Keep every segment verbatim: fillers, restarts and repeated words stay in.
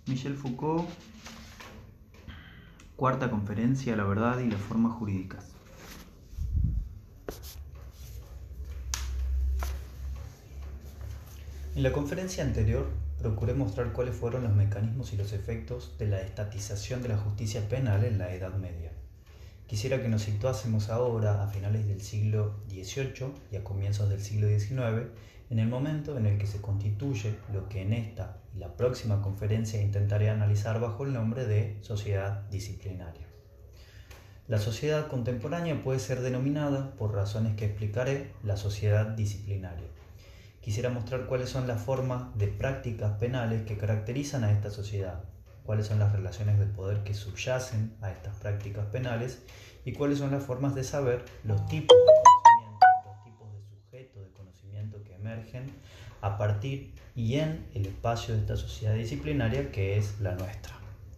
Michel Foucault, cuarta conferencia, la verdad y las formas jurídicas. En la conferencia anterior procuré mostrar cuáles fueron los mecanismos y los efectos de la estatización de la justicia penal en la Edad Media. Quisiera que nos situásemos ahora, a finales del siglo dieciocho y a comienzos del siglo diecinueve, en el momento en el que se constituye lo que en esta y la próxima conferencia intentaré analizar bajo el nombre de sociedad disciplinaria. La sociedad contemporánea puede ser denominada, por razones que explicaré, la sociedad disciplinaria. Quisiera mostrar cuáles son las formas de prácticas penales que caracterizan a esta sociedad, cuáles son las relaciones de poder que subyacen a estas prácticas penales y cuáles son las formas de saber, los tipos de conocimiento, los tipos de sujetos de conocimiento que emergen a partir y en el espacio de esta sociedad disciplinaria que es la nuestra.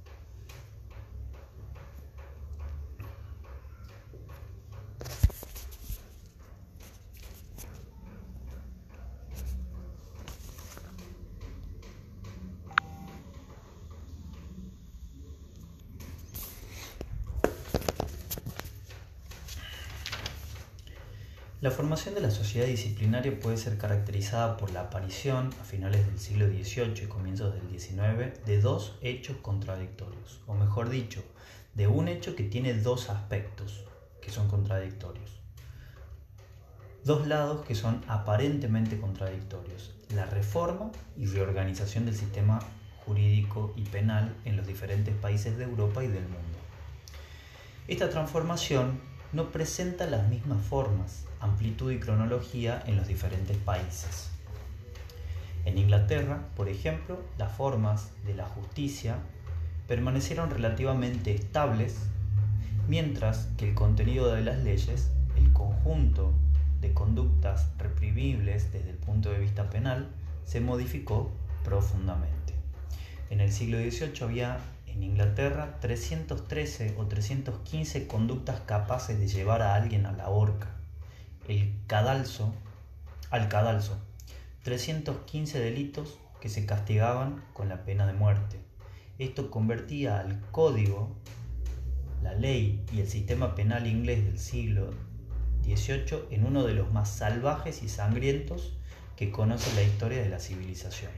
La formación de la sociedad disciplinaria puede ser caracterizada por la aparición, a finales del siglo dieciocho y comienzos del diecinueve, de dos hechos contradictorios, o mejor dicho, de un hecho que tiene dos aspectos que son contradictorios. Dos lados que son aparentemente contradictorios: la reforma y reorganización del sistema jurídico y penal en los diferentes países de Europa y del mundo. Esta transformación no presenta las mismas formas, amplitud y cronología en los diferentes países. En Inglaterra, por ejemplo, las formas de la justicia permanecieron relativamente estables, mientras que el contenido de las leyes, el conjunto de conductas reprimibles desde el punto de vista penal, se modificó profundamente. En el siglo dieciocho había en Inglaterra trescientas trece o trescientas quince conductas capaces de llevar a alguien a la horca, el cadalso, al cadalso, trescientos quince delitos que se castigaban con la pena de muerte. Esto convertía al código, la ley y el sistema penal inglés del siglo dieciocho en uno de los más salvajes y sangrientos que conoce la historia de la civilización.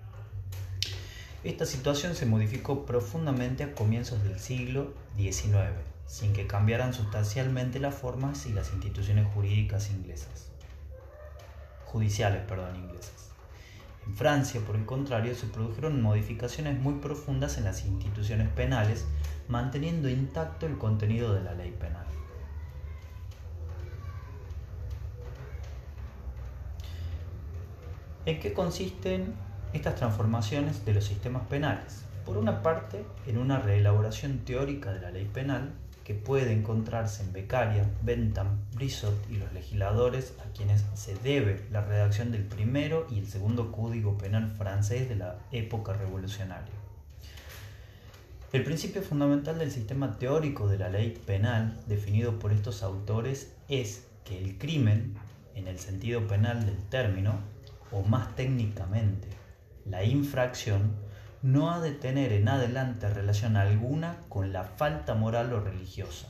Esta situación se modificó profundamente a comienzos del siglo diecinueve, sin que cambiaran sustancialmente las formas y las instituciones jurídicas inglesas. Judiciales, perdón, inglesas. En Francia, por el contrario, se produjeron modificaciones muy profundas en las instituciones penales, manteniendo intacto el contenido de la ley penal. ¿En qué consisten estas transformaciones de los sistemas penales? Por una parte, en una reelaboración teórica de la ley penal que puede encontrarse en Beccaria, Bentham, Brissot y los legisladores a quienes se debe la redacción del primero y el segundo Código Penal francés de la época revolucionaria. El principio fundamental del sistema teórico de la ley penal definido por estos autores es que el crimen, en el sentido penal del término, o más técnicamente, la infracción, no ha de tener en adelante relación alguna con la falta moral o religiosa.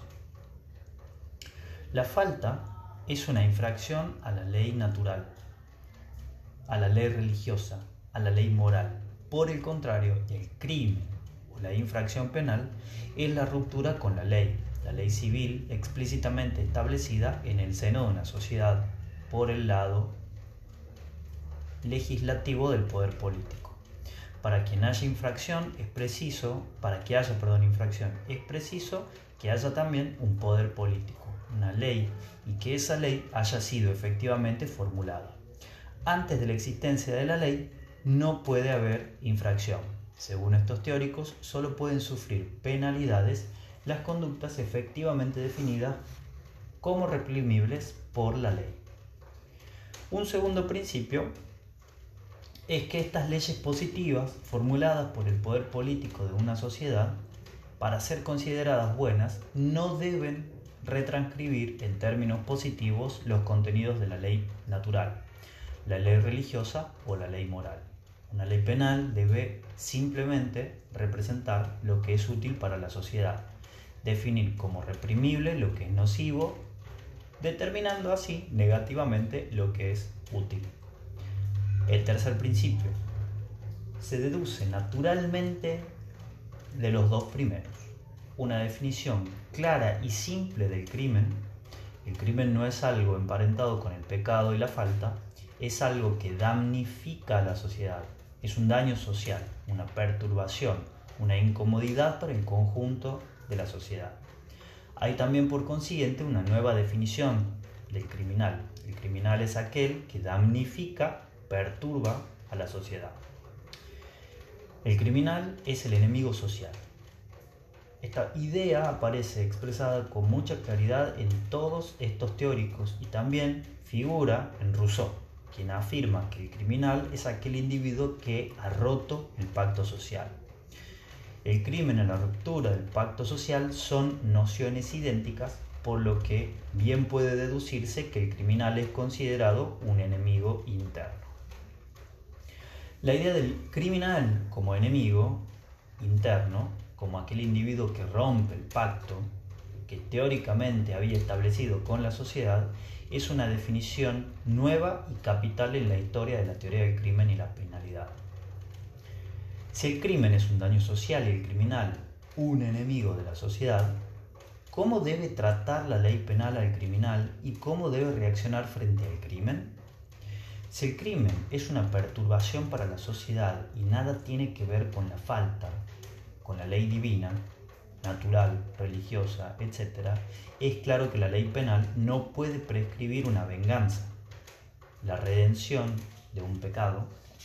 La falta es una infracción a la ley natural, a la ley religiosa, a la ley moral. Por el contrario, el crimen o la infracción penal es la ruptura con la ley, la ley civil explícitamente establecida en el seno de una sociedad por el lado legislativo del poder político. Para quien haya infracción es preciso, para que haya, perdón, infracción, es preciso que haya también un poder político, una ley, y que esa ley haya sido efectivamente formulada. Antes de la existencia de la ley no puede haber infracción. Según estos teóricos, solo pueden sufrir penalidades las conductas efectivamente definidas como reprimibles por la ley. Un segundo principio es que estas leyes positivas, formuladas por el poder político de una sociedad, para ser consideradas buenas, no deben retranscribir en términos positivos los contenidos de la ley natural, la ley religiosa o la ley moral. Una ley penal debe simplemente representar lo que es útil para la sociedad, definir como reprimible lo que es nocivo, determinando así negativamente lo que es útil. El tercer principio se deduce naturalmente de los dos primeros. Una definición clara y simple del crimen. El crimen no es algo emparentado con el pecado y la falta, es algo que damnifica a la sociedad. Es un daño social, una perturbación, una incomodidad para el conjunto de la sociedad. Hay también por consiguiente una nueva definición del criminal. El criminal es aquel que damnifica, perturba a la sociedad. El criminal es el enemigo social. Esta idea aparece expresada con mucha claridad en todos estos teóricos y también figura en Rousseau, quien afirma que el criminal es aquel individuo que ha roto el pacto social. El crimen y la ruptura del pacto social son nociones idénticas, por lo que bien puede deducirse que el criminal es considerado un enemigo interno. La idea del criminal como enemigo interno, como aquel individuo que rompe el pacto que teóricamente había establecido con la sociedad, es una definición nueva y capital en la historia de la teoría del crimen y la penalidad. Si el crimen es un daño social y el criminal un enemigo de la sociedad, ¿cómo debe tratar la ley penal al criminal y cómo debe reaccionar frente al crimen? Si el crimen es una perturbación para la sociedad y nada tiene que ver con la falta, con la ley divina, natural, religiosa, etcétera, es claro que la ley penal no puede prescribir una venganza, la redención de un pecado.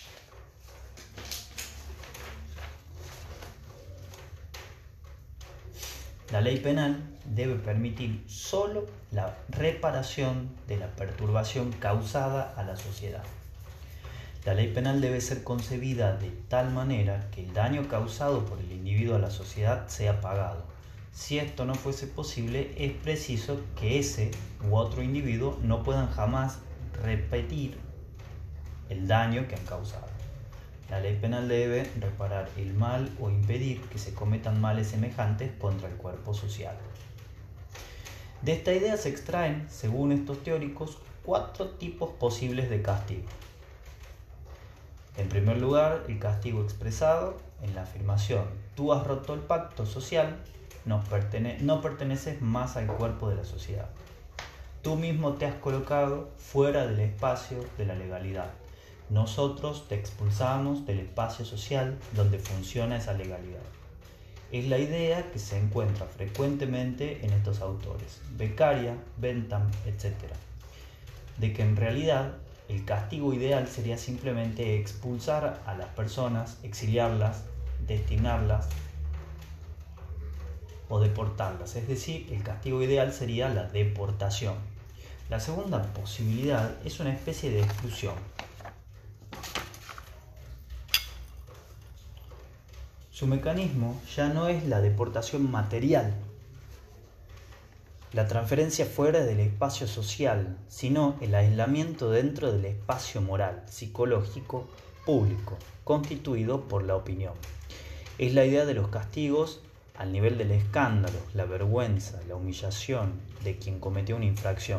La ley penal debe permitir solo la reparación de la perturbación causada a la sociedad. La ley penal debe ser concebida de tal manera que el daño causado por el individuo a la sociedad sea pagado. Si esto no fuese posible, es preciso que ese u otro individuo no puedan jamás repetir el daño que han causado. La ley penal debe reparar el mal o impedir que se cometan males semejantes contra el cuerpo social. De esta idea se extraen, según estos teóricos, cuatro tipos posibles de castigo. En primer lugar, el castigo expresado en la afirmación: tú has roto el pacto social, no, pertene- no perteneces más al cuerpo de la sociedad. Tú mismo te has colocado fuera del espacio de la legalidad. Nosotros te expulsamos del espacio social donde funciona esa legalidad. Es la idea que se encuentra frecuentemente en estos autores, Beccaria, Bentham, etcétera, de que en realidad el castigo ideal sería simplemente expulsar a las personas, exiliarlas, destinarlas o deportarlas, es decir, el castigo ideal sería la deportación. La segunda posibilidad es una especie de exclusión. Su mecanismo ya no es la deportación material, la transferencia fuera del espacio social, sino el aislamiento dentro del espacio moral, psicológico, público, constituido por la opinión. Es la idea de los castigos al nivel del escándalo, la vergüenza, la humillación de quien cometió una infracción.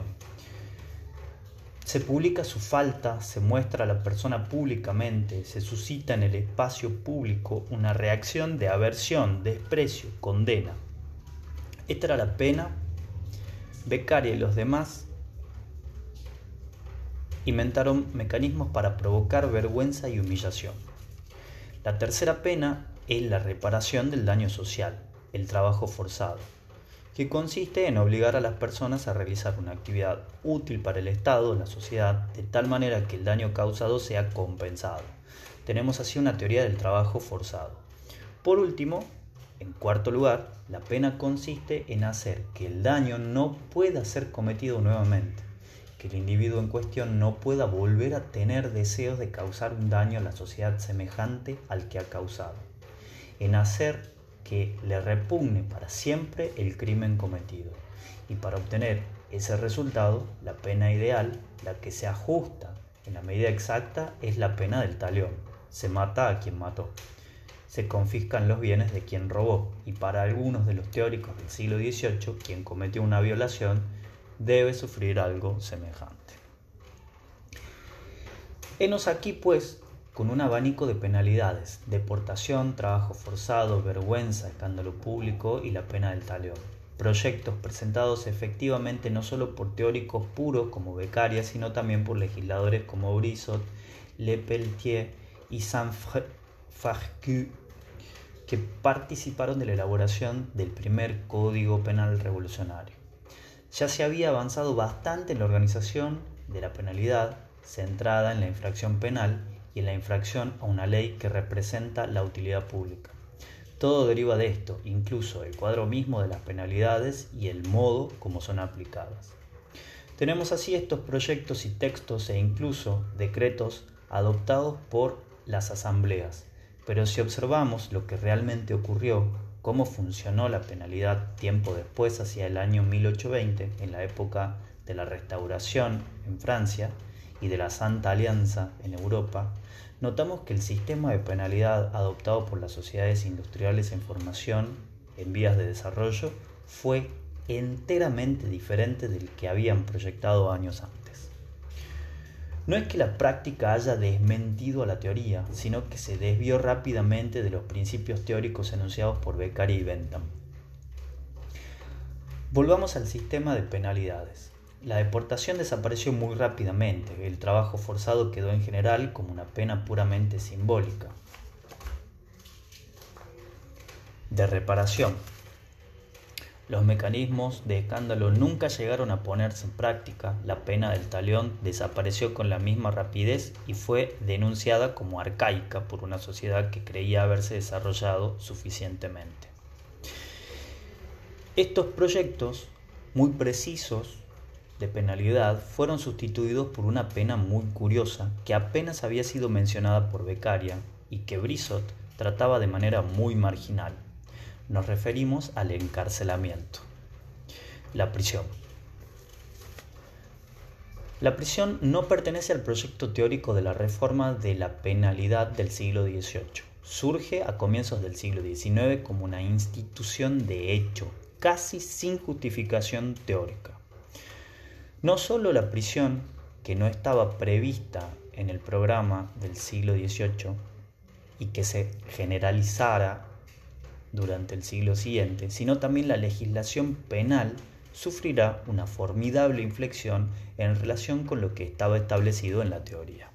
Se publica su falta, se muestra a la persona públicamente, se suscita en el espacio público una reacción de aversión, desprecio, condena. Esta era la pena. Beccaria y los demás inventaron mecanismos para provocar vergüenza y humillación. La tercera pena es la reparación del daño social, el trabajo forzado, que consiste en obligar a las personas a realizar una actividad útil para el Estado, la sociedad, de tal manera que el daño causado sea compensado. Tenemos así una teoría del trabajo forzado. Por último, en cuarto lugar, la pena consiste en hacer que el daño no pueda ser cometido nuevamente, que el individuo en cuestión no pueda volver a tener deseos de causar un daño a la sociedad semejante al que ha causado, en hacer que le repugne para siempre el crimen cometido. Y para obtener ese resultado, la pena ideal, la que se ajusta en la medida exacta, es la pena del talión, se mata a quien mató. Se confiscan los bienes de quien robó, y para algunos de los teóricos del siglo dieciocho, quien cometió una violación debe sufrir algo semejante. Henos aquí, pues, con un abanico de penalidades: deportación, trabajo forzado, vergüenza, escándalo público y la pena del talión. Proyectos presentados efectivamente no solo por teóricos puros como Beccaria, sino también por legisladores como Brisot, Lepeletier y Saint-Fargeau, que participaron de la elaboración del primer Código Penal revolucionario. Ya se había avanzado bastante en la organización de la penalidad, centrada en la infracción penal y en la infracción a una ley que representa la utilidad pública. Todo deriva de esto, incluso el cuadro mismo de las penalidades y el modo como son aplicadas. Tenemos así estos proyectos y textos e incluso decretos adoptados por las asambleas, pero si observamos lo que realmente ocurrió, cómo funcionó la penalidad tiempo después, hacia el año mil ochocientos veinte, en la época de la Restauración en Francia y de la Santa Alianza en Europa, notamos que el sistema de penalidad adoptado por las sociedades industriales en formación, en vías de desarrollo, fue enteramente diferente del que habían proyectado años antes. No es que la práctica haya desmentido a la teoría, sino que se desvió rápidamente de los principios teóricos enunciados por Beccaria y Bentham. Volvamos al sistema de penalidades. La deportación desapareció muy rápidamente. El trabajo forzado quedó en general como una pena puramente simbólica. De reparación. Los mecanismos de escándalo nunca llegaron a ponerse en práctica. La pena del talión desapareció con la misma rapidez y fue denunciada como arcaica por una sociedad que creía haberse desarrollado suficientemente. Estos proyectos muy precisos de penalidad fueron sustituidos por una pena muy curiosa que apenas había sido mencionada por Beccaria y que Brisot trataba de manera muy marginal. Nos referimos al encarcelamiento, la prisión. La prisión no pertenece al proyecto teórico de la reforma de la penalidad del siglo dieciocho. Surge a comienzos del siglo diecinueve como una institución de hecho, casi sin justificación teórica. No solo la prisión, que no estaba prevista en el programa del siglo dieciocho y que se generalizara durante el siglo siguiente, sino también la legislación penal sufrirá una formidable inflexión en relación con lo que estaba establecido en la teoría.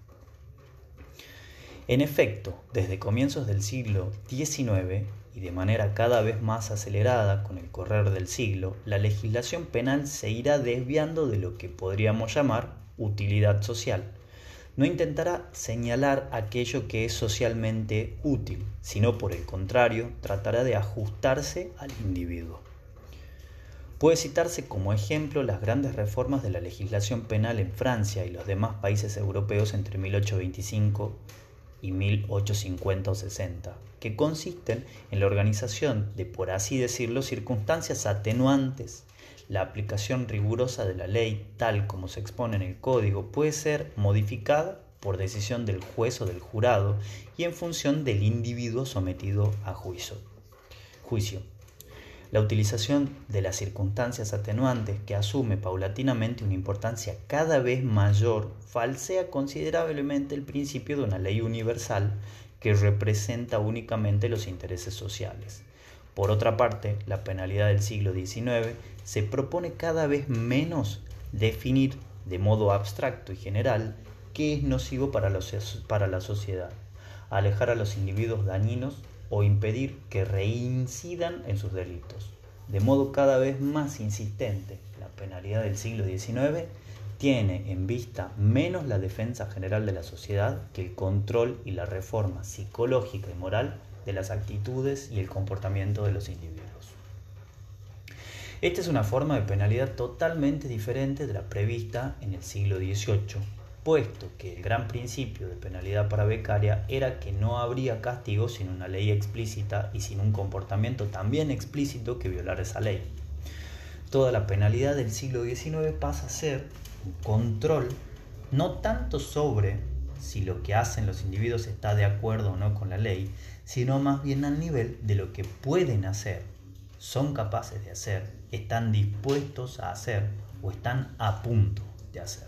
En efecto, desde comienzos del siglo diecinueve y de manera cada vez más acelerada con el correr del siglo, la legislación penal se irá desviando de lo que podríamos llamar utilidad social. No intentará señalar aquello que es socialmente útil, sino por el contrario, tratará de ajustarse al individuo. Puede citarse como ejemplo las grandes reformas de la legislación penal en Francia y los demás países europeos entre mil ochocientos veinticinco y mil ochocientos cincuenta o sesenta, que consisten en la organización de, por así decirlo, circunstancias atenuantes. La aplicación rigurosa de la ley, tal como se expone en el Código, puede ser modificada por decisión del juez o del jurado y en función del individuo sometido a juicio. juicio. La utilización de las circunstancias atenuantes, que asume paulatinamente una importancia cada vez mayor, falsea considerablemente el principio de una ley universal que representa únicamente los intereses sociales. Por otra parte, la penalidad del siglo diecinueve se propone cada vez menos definir de modo abstracto y general qué es nocivo para, los, para la sociedad, alejar a los individuos dañinos o impedir que reincidan en sus delitos. De modo cada vez más insistente, la penalidad del siglo diecinueve tiene en vista menos la defensa general de la sociedad que el control y la reforma psicológica y moral de las actitudes y el comportamiento de los individuos. Esta es una forma de penalidad totalmente diferente de la prevista en el siglo dieciocho, puesto que el gran principio de penalidad para Beccaria era que no habría castigo sin una ley explícita y sin un comportamiento también explícito que violara esa ley. Toda la penalidad del siglo diecinueve pasa a ser un control no tanto sobre si lo que hacen los individuos está de acuerdo o no con la ley, sino más bien al nivel de lo que pueden hacer, son capaces de hacer, están dispuestos a hacer o están a punto de hacer.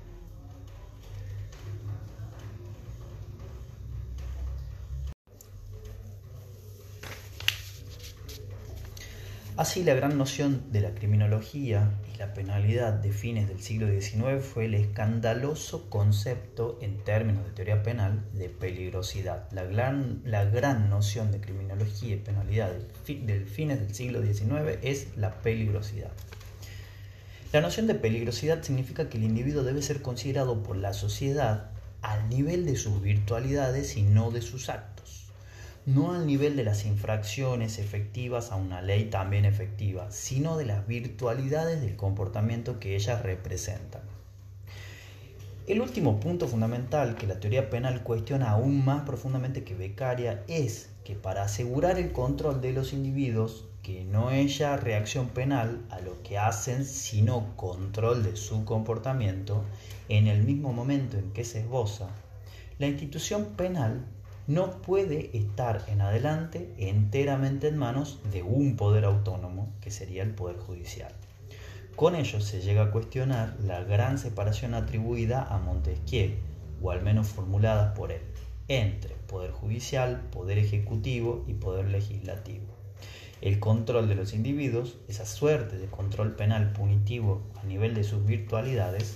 Así, la gran noción de la criminología y la penalidad de fines del siglo diecinueve fue el escandaloso concepto, en términos de teoría penal, de peligrosidad. La gran, la gran noción de criminología y penalidad del, fi, del fines del siglo diecinueve es la peligrosidad. La noción de peligrosidad significa que el individuo debe ser considerado por la sociedad al nivel de sus virtualidades y no de sus actos. No al nivel de las infracciones efectivas a una ley también efectiva, sino de las virtualidades del comportamiento que ellas representan. El último punto fundamental que la teoría penal cuestiona aún más profundamente que Beccaria es que para asegurar el control de los individuos, que no es ya reacción penal a lo que hacen, sino control de su comportamiento, en el mismo momento en que se esboza, la institución penal no puede estar en adelante enteramente en manos de un poder autónomo, que sería el Poder Judicial. Con ello se llega a cuestionar la gran separación atribuida a Montesquieu, o al menos formulada por él, entre Poder Judicial, Poder Ejecutivo y Poder Legislativo. El control de los individuos, esa suerte de control penal punitivo a nivel de sus virtualidades,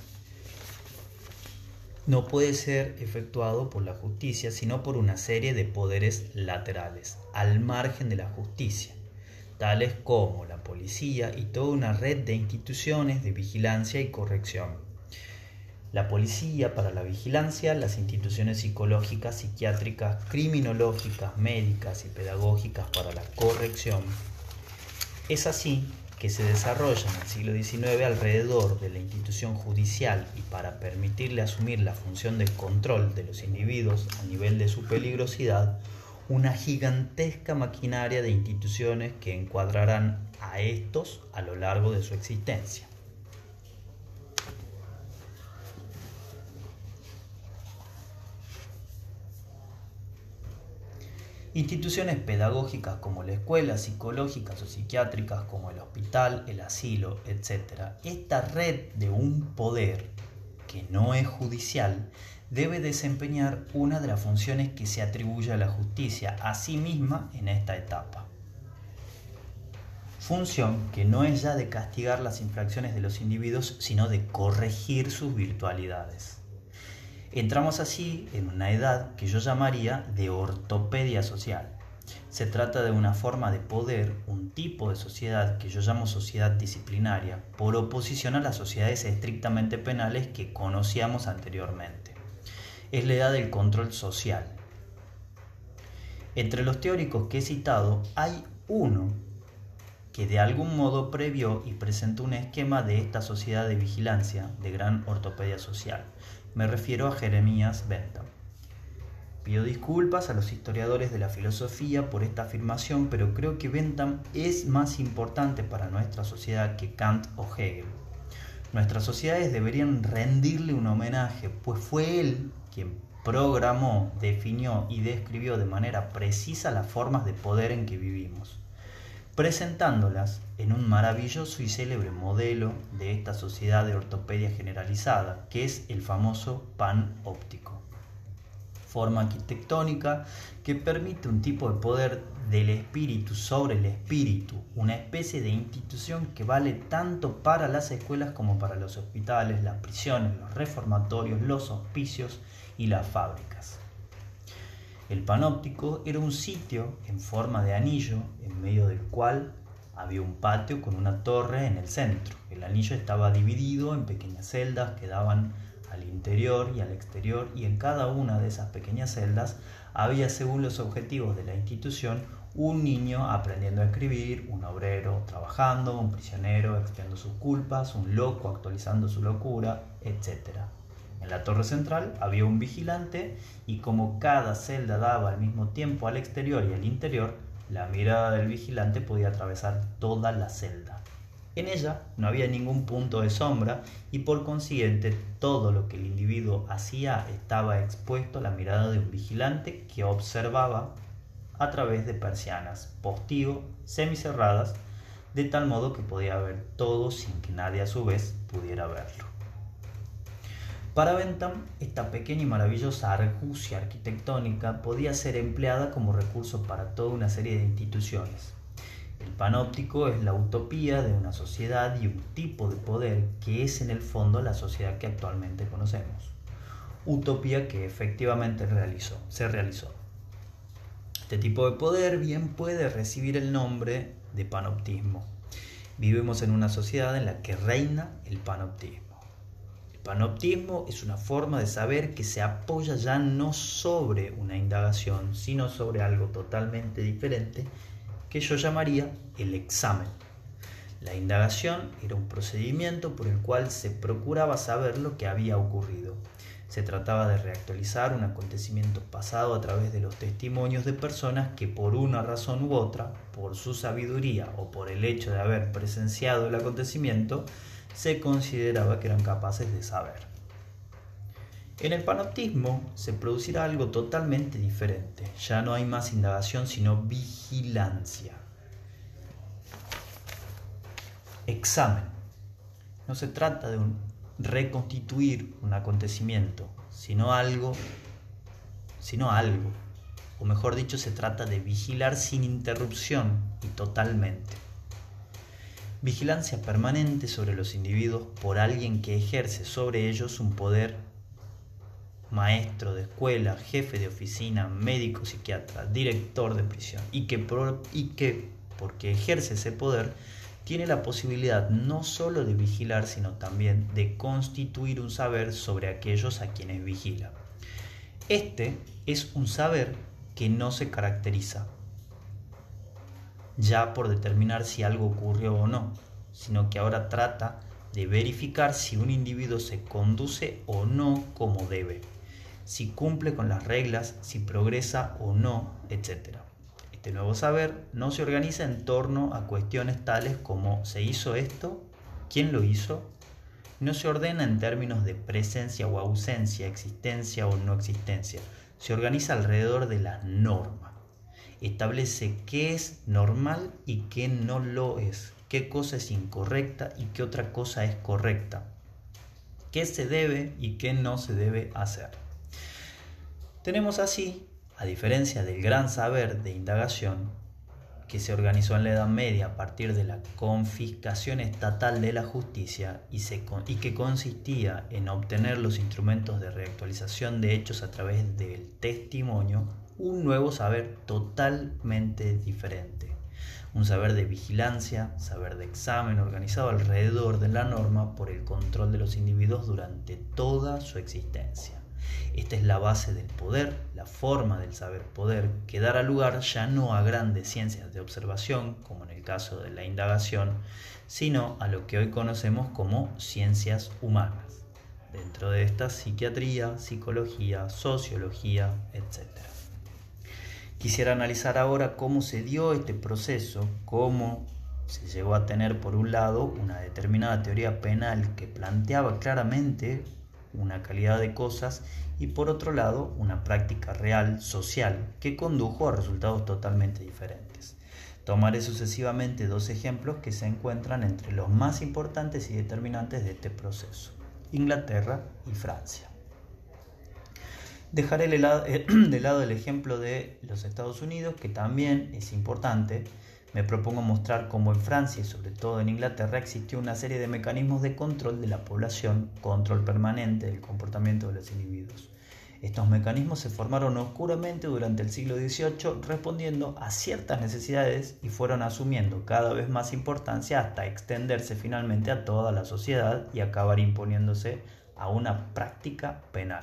no puede ser efectuado por la justicia, sino por una serie de poderes laterales, al margen de la justicia, tales como la policía y toda una red de instituciones de vigilancia y corrección. La policía para la vigilancia, las instituciones psicológicas, psiquiátricas, criminológicas, médicas y pedagógicas para la corrección. Es así que se desarrolla en el siglo diecinueve alrededor de la institución judicial y para permitirle asumir la función de control de los individuos a nivel de su peligrosidad, una gigantesca maquinaria de instituciones que encuadrarán a estos a lo largo de su existencia. Instituciones pedagógicas como la escuela, psicológicas o psiquiátricas como el hospital, el asilo, etcétera. Esta red de un poder que no es judicial debe desempeñar una de las funciones que se atribuye a la justicia a sí misma en esta etapa. Función que no es ya de castigar las infracciones de los individuos, sino de corregir sus virtualidades. Entramos así en una edad que yo llamaría de ortopedia social. Se trata de una forma de poder, un tipo de sociedad que yo llamo sociedad disciplinaria, por oposición a las sociedades estrictamente penales que conocíamos anteriormente. Es la edad del control social. Entre los teóricos que he citado, hay uno que de algún modo previó y presentó un esquema de esta sociedad de vigilancia de gran ortopedia social. Me refiero a Jeremías Bentham. Pido disculpas a los historiadores de la filosofía por esta afirmación, pero creo que Bentham es más importante para nuestra sociedad que Kant o Hegel. Nuestras sociedades deberían rendirle un homenaje, pues fue él quien programó, definió y describió de manera precisa las formas de poder en que vivimos, presentándolas en un maravilloso y célebre modelo de esta sociedad de ortopedia generalizada, que es el famoso panóptico. Forma arquitectónica que permite un tipo de poder del espíritu sobre el espíritu, una especie de institución que vale tanto para las escuelas como para los hospitales, las prisiones, los reformatorios, los hospicios y las fábricas. El panóptico era un sitio en forma de anillo, en medio del cual había un patio con una torre en el centro. El anillo estaba dividido en pequeñas celdas que daban al interior y al exterior, y en cada una de esas pequeñas celdas había, según los objetivos de la institución, un niño aprendiendo a escribir, un obrero trabajando, un prisionero expiando sus culpas, un loco actualizando su locura, etcétera. En la torre central había un vigilante y como cada celda daba al mismo tiempo al exterior y al interior, la mirada del vigilante podía atravesar toda la celda. En ella no había ningún punto de sombra y por consiguiente todo lo que el individuo hacía estaba expuesto a la mirada de un vigilante que observaba a través de persianas postigo semicerradas, de tal modo que podía ver todo sin que nadie a su vez pudiera verlo. Para Bentham, esta pequeña y maravillosa argucia arquitectónica podía ser empleada como recurso para toda una serie de instituciones. El panóptico es la utopía de una sociedad y un tipo de poder que es en el fondo la sociedad que actualmente conocemos. Utopía que efectivamente realizó, se realizó. Este tipo de poder bien puede recibir el nombre de panoptismo. Vivimos en una sociedad en la que reina el panoptismo. El panoptismo es una forma de saber que se apoya ya no sobre una indagación, sino sobre algo totalmente diferente que yo llamaría el examen. La indagación era un procedimiento por el cual se procuraba saber lo que había ocurrido. Se trataba de reactualizar un acontecimiento pasado a través de los testimonios de personas que por una razón u otra, por su sabiduría o por el hecho de haber presenciado el acontecimiento, se consideraba que eran capaces de saber. En el panoptismo se producirá algo totalmente diferente. Ya no hay más indagación, sino vigilancia. Examen. No se trata de un reconstituir un acontecimiento, sino algo, sino algo, o mejor dicho, se trata de vigilar sin interrupción y totalmente. Vigilancia permanente sobre los individuos por alguien que ejerce sobre ellos un poder: maestro de escuela, jefe de oficina, médico, psiquiatra, director de prisión, y que, por, y que porque ejerce ese poder, tiene la posibilidad no solo de vigilar, sino también de constituir un saber sobre aquellos a quienes vigila. Este es un saber que no se caracteriza ya por determinar si algo ocurrió o no, sino que ahora trata de verificar si un individuo se conduce o no como debe, si cumple con las reglas, si progresa o no, etcétera. Este nuevo saber no se organiza en torno a cuestiones tales como ¿se hizo esto? ¿Quién lo hizo? No se ordena en términos de presencia o ausencia, existencia o no existencia. Se organiza alrededor de la norma. Establece qué es normal y qué no lo es, qué cosa es incorrecta y qué otra cosa es correcta, qué se debe y qué no se debe hacer. Tenemos así, a diferencia del gran saber de indagación que se organizó en la Edad Media a partir de la confiscación estatal de la justicia y, se, y que consistía en obtener los instrumentos de reactualización de hechos a través del testimonio, un nuevo saber totalmente diferente. Un saber de vigilancia, saber de examen organizado alrededor de la norma por el control de los individuos durante toda su existencia. Esta es la base del poder, la forma del saber poder, que dará lugar ya no a grandes ciencias de observación, como en el caso de la indagación, sino a lo que hoy conocemos como ciencias humanas. Dentro de estas, psiquiatría, psicología, sociología, etcétera. Quisiera analizar ahora cómo se dio este proceso, cómo se llegó a tener por un lado una determinada teoría penal que planteaba claramente una calidad de cosas y por otro lado una práctica real, social, que condujo a resultados totalmente diferentes. Tomaré sucesivamente dos ejemplos que se encuentran entre los más importantes y determinantes de este proceso: Inglaterra y Francia. Dejaré de lado el ejemplo de los Estados Unidos, que también es importante. Me propongo mostrar cómo en Francia y sobre todo en Inglaterra existió una serie de mecanismos de control de la población, control permanente del comportamiento de los individuos. Estos mecanismos se formaron oscuramente durante el siglo dieciocho, respondiendo a ciertas necesidades y fueron asumiendo cada vez más importancia hasta extenderse finalmente a toda la sociedad y acabar imponiéndose a una práctica penal.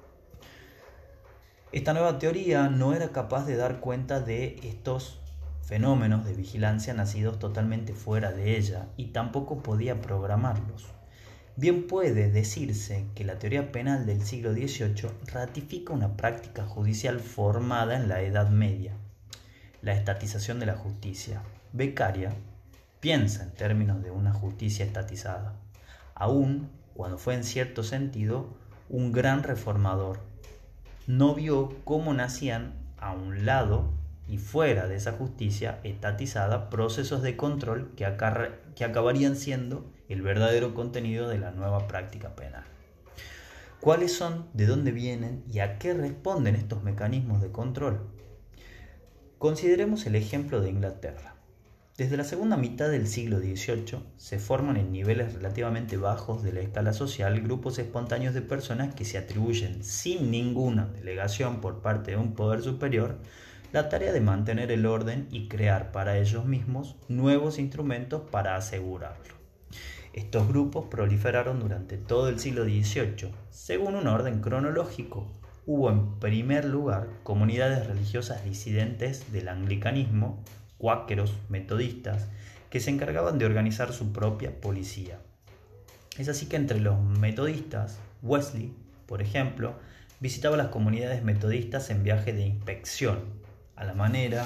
Esta nueva teoría no era capaz de dar cuenta de estos fenómenos de vigilancia nacidos totalmente fuera de ella y tampoco podía programarlos. Bien puede decirse que la teoría penal del siglo dieciocho ratifica una práctica judicial formada en la Edad Media, la estatización de la justicia, becaria, piensa en términos de una justicia estatizada, aun cuando fue en cierto sentido un gran reformador. No vio cómo nacían a un lado y fuera de esa justicia estatizada procesos de control que, acar- que acabarían siendo el verdadero contenido de la nueva práctica penal. ¿Cuáles son, de dónde vienen y a qué responden estos mecanismos de control? Consideremos el ejemplo de Inglaterra. Desde la segunda mitad del siglo dieciocho se forman en niveles relativamente bajos de la escala social grupos espontáneos de personas que se atribuyen sin ninguna delegación por parte de un poder superior la tarea de mantener el orden y crear para ellos mismos nuevos instrumentos para asegurarlo. Estos grupos proliferaron durante todo el siglo dieciocho, según un orden cronológico. Hubo en primer lugar comunidades religiosas disidentes del anglicanismo, cuáqueros, metodistas, que se encargaban de organizar su propia policía. Es así que entre los metodistas, Wesley, por ejemplo, visitaba las comunidades metodistas en viaje de inspección, a la manera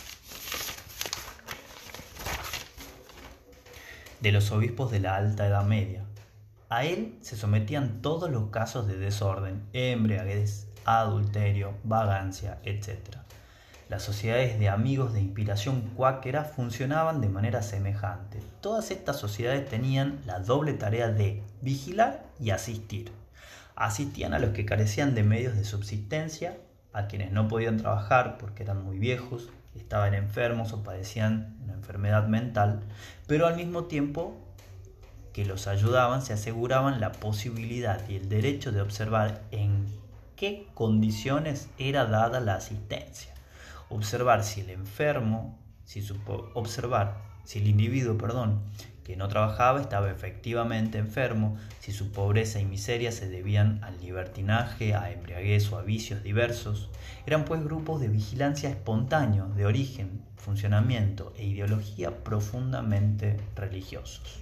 de los obispos de la Alta Edad Media. A él se sometían todos los casos de desorden, embriaguez, adulterio, vagancia, etcétera. Las sociedades de amigos de inspiración cuáquera funcionaban de manera semejante. Todas estas sociedades tenían la doble tarea de vigilar y asistir. Asistían a los que carecían de medios de subsistencia, a quienes no podían trabajar porque eran muy viejos, estaban enfermos o padecían una enfermedad mental, pero al mismo tiempo que los ayudaban se aseguraban la posibilidad y el derecho de observar en qué condiciones era dada la asistencia. Observar si el enfermo, si su, observar si el individuo, perdón, que no trabajaba estaba efectivamente enfermo, si su pobreza y miseria se debían al libertinaje, a embriaguez o a vicios diversos. Eran pues grupos de vigilancia espontáneos, de origen, funcionamiento e ideología profundamente religiosos.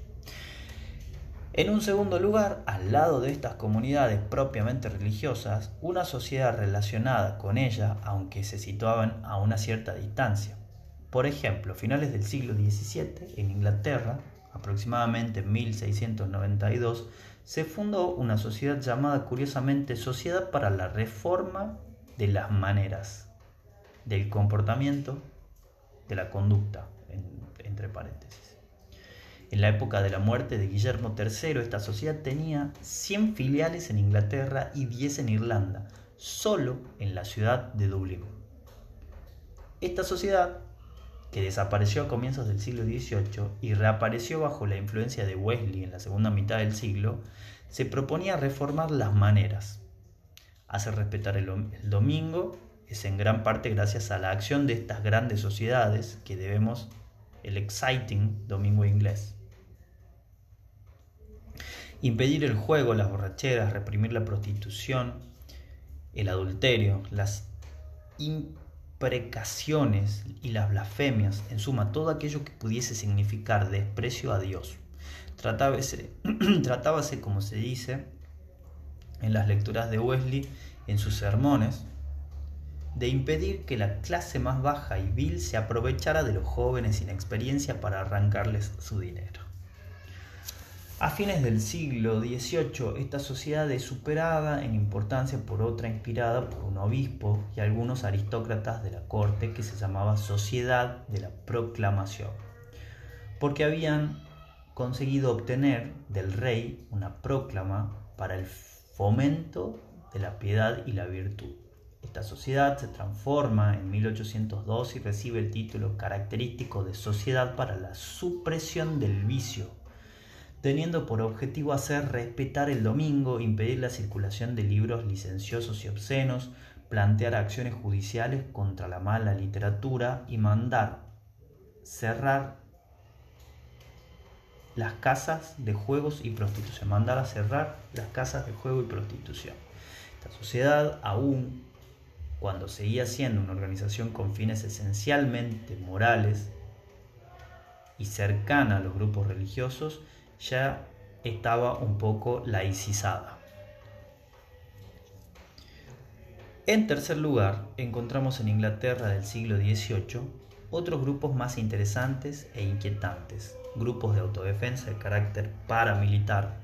En un segundo lugar, al lado de estas comunidades propiamente religiosas, una sociedad relacionada con ellas, aunque se situaban a una cierta distancia. Por ejemplo, a finales del siglo diecisiete, en Inglaterra, aproximadamente en mil seiscientos noventa y dos, se fundó una sociedad llamada curiosamente Sociedad para la Reforma de las Maneras, del Comportamiento, de la Conducta, en, entre paréntesis. En la época de la muerte de Guillermo tercero, esta sociedad tenía cien filiales en Inglaterra y diez en Irlanda, solo en la ciudad de Dublín. Esta sociedad, que desapareció a comienzos del siglo dieciocho y reapareció bajo la influencia de Wesley en la segunda mitad del siglo, se proponía reformar las maneras. Hacer respetar el, el domingo es en gran parte gracias a la acción de estas grandes sociedades que debemos el exciting domingo inglés. Impedir el juego, las borracheras, reprimir la prostitución, el adulterio, las imprecaciones y las blasfemias, en suma, todo aquello que pudiese significar desprecio a Dios. Tratábase, tratábase, como se dice en las lecturas de Wesley, en sus sermones, de impedir que la clase más baja y vil se aprovechara de los jóvenes sin experiencia para arrancarles su dinero. A fines del siglo dieciocho, esta sociedad es superada en importancia por otra inspirada por un obispo y algunos aristócratas de la corte que se llamaba Sociedad de la Proclamación, porque habían conseguido obtener del rey una proclama para el fomento de la piedad y la virtud. Esta sociedad se transforma en mil ochocientos dos y recibe el título característico de Sociedad para la Supresión del Vicio, teniendo por objetivo hacer respetar el domingo, impedir la circulación de libros licenciosos y obscenos, plantear acciones judiciales contra la mala literatura y mandar cerrar las casas de juegos y prostitución. Mandar a cerrar las casas de juego y prostitución. Esta sociedad, aún cuando seguía siendo una organización con fines esencialmente morales y cercana a los grupos religiosos, ya estaba un poco laicizada. En tercer lugar, encontramos en Inglaterra del siglo dieciocho otros grupos más interesantes e inquietantes, grupos de autodefensa de carácter paramilitar.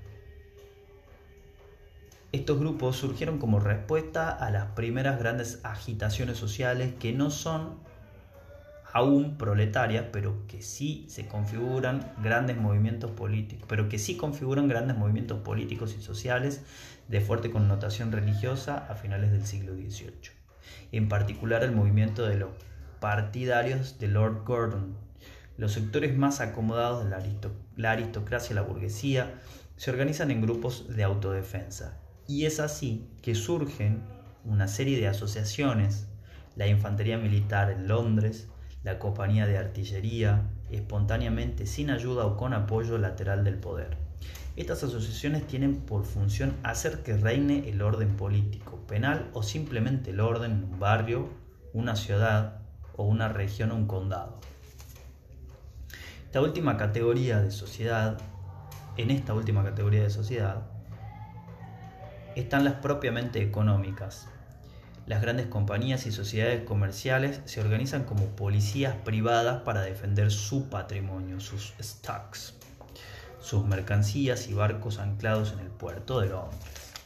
Estos grupos surgieron como respuesta a las primeras grandes agitaciones sociales que no son aún proletarias, pero que sí se configuran grandes movimientos políticos, pero que sí configuran grandes movimientos políticos y sociales de fuerte connotación religiosa a finales del siglo dieciocho. En particular el movimiento de los partidarios de Lord Gordon. Los sectores más acomodados de la, aristo- la aristocracia y la burguesía se organizan en grupos de autodefensa. Y es así que surgen una serie de asociaciones, la infantería militar en Londres, la compañía de artillería, espontáneamente sin ayuda o con apoyo lateral del poder. Estas asociaciones tienen por función hacer que reine el orden político, penal o simplemente el orden en un barrio, una ciudad o una región o un condado. Esta última categoría de sociedad, en esta última categoría de sociedad, están las propiamente económicas. Las grandes compañías y sociedades comerciales se organizan como policías privadas para defender su patrimonio, sus stocks, sus mercancías y barcos anclados en el puerto de Londres,